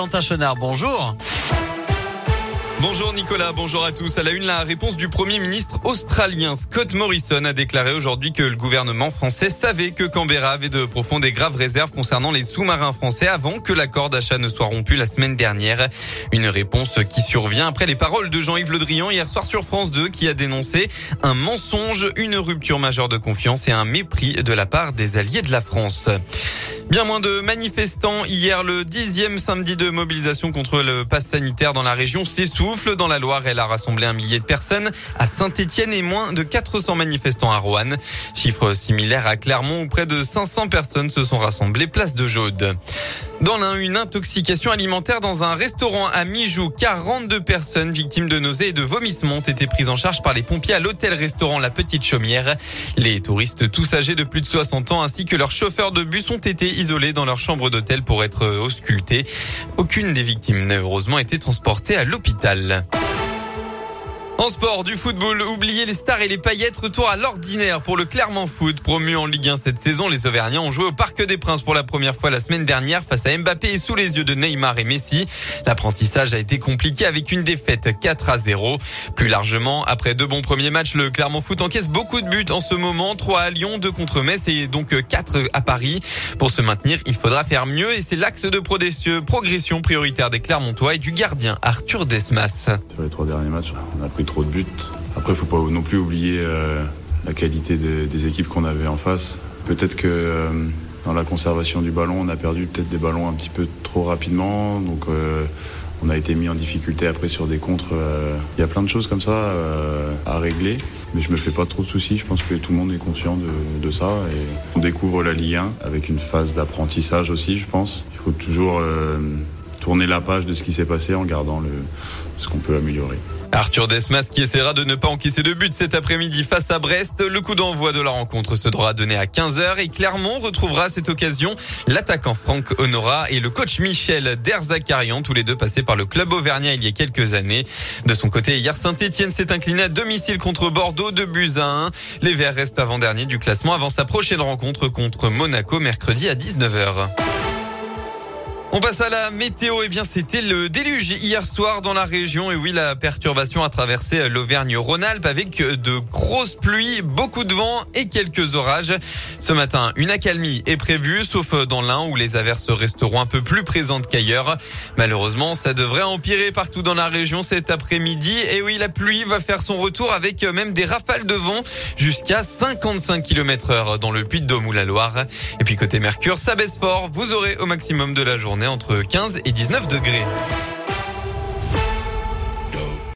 Valentin Chenard, bonjour. Bonjour Nicolas, bonjour à tous. À la une, la réponse du Premier ministre australien Scott Morrison a déclaré aujourd'hui que le gouvernement français savait que Canberra avait de profondes et graves réserves concernant les sous-marins français avant que l'accord d'achat ne soit rompu la semaine dernière. Une réponse qui survient après les paroles de Jean-Yves Le Drian hier soir sur France 2 qui a dénoncé un mensonge, une rupture majeure de confiance et un mépris de la part des alliés de la France. Bien moins de manifestants. Hier, le 10e samedi de mobilisation contre le pass sanitaire dans la région s'essouffle. Dans la Loire, elle a rassemblé 1 millier de personnes à Saint-Étienne et moins de 400 manifestants à Roanne. Chiffre similaire à Clermont où près de 500 personnes se sont rassemblées place de Jaude. Dans l'Ain, une intoxication alimentaire dans un restaurant à Mijoux. 42 personnes victimes de nausées et de vomissements ont été prises en charge par les pompiers à l'hôtel-restaurant La Petite Chaumière. Les touristes, tous âgés de plus de 60 ans, ainsi que leurs chauffeurs de bus ont été isolés dans leur chambre d'hôtel pour être auscultés. Aucune des victimes n'a heureusement été transportée à l'hôpital. En sport, du football, oubliez les stars et les paillettes, retour à l'ordinaire pour le Clermont Foot. Promu en Ligue 1 cette saison, les Auvergnats ont joué au Parc des Princes pour la première fois la semaine dernière face à Mbappé et sous les yeux de Neymar et Messi. L'apprentissage a été compliqué avec une défaite 4-0. Plus largement, après 2 bons premiers matchs, le Clermont Foot encaisse beaucoup de buts en ce moment. 3 à Lyon, 2 contre Metz et donc 4 à Paris. Pour se maintenir, il faudra faire mieux et c'est l'axe de progression prioritaire des Clermontois et du gardien Arthur Desmas. Sur les 3 derniers matchs, on a pris trop de buts. Après, il ne faut pas non plus oublier la qualité des équipes qu'on avait en face. Peut-être que dans la conservation du ballon, on a perdu peut-être des ballons un petit peu trop rapidement. Donc, on a été mis en difficulté après sur des contres. Il y a plein de choses comme ça à régler. Mais je me fais pas trop de soucis. Je pense que tout le monde est conscient de ça. Et on découvre la Ligue 1 avec une phase d'apprentissage aussi, je pense. Il faut toujours tourner la page de ce qui s'est passé en gardant ce qu'on peut améliorer. Arthur Desmas qui essaiera de ne pas encaisser de but cet après-midi face à Brest. Le coup d'envoi de la rencontre sera donné à 15h et Clermont retrouvera à cette occasion l'attaquant Franck Honora et le coach Michel Derzakarian, tous les deux passés par le club auvergnat il y a quelques années. De son côté, hier Saint-Étienne s'est incliné à domicile contre Bordeaux, 2-1. Les Verts restent avant-dernier du classement avant sa prochaine rencontre contre Monaco mercredi à 19h. On passe à la météo. Eh bien, c'était le déluge hier soir dans la région. Et oui, la perturbation a traversé l'Auvergne-Rhône-Alpes avec de grosses pluies, beaucoup de vent et quelques orages. Ce matin, une accalmie est prévue, sauf dans l'Ain où les averses resteront un peu plus présentes qu'ailleurs. Malheureusement, ça devrait empirer partout dans la région cet après-midi. Et oui, la pluie va faire son retour avec même des rafales de vent jusqu'à 55 km/h dans le Puy-de-Dôme ou la Loire. Et puis côté Mercure, ça baisse fort. Vous aurez au maximum de la journée entre 15 et 19 degrés.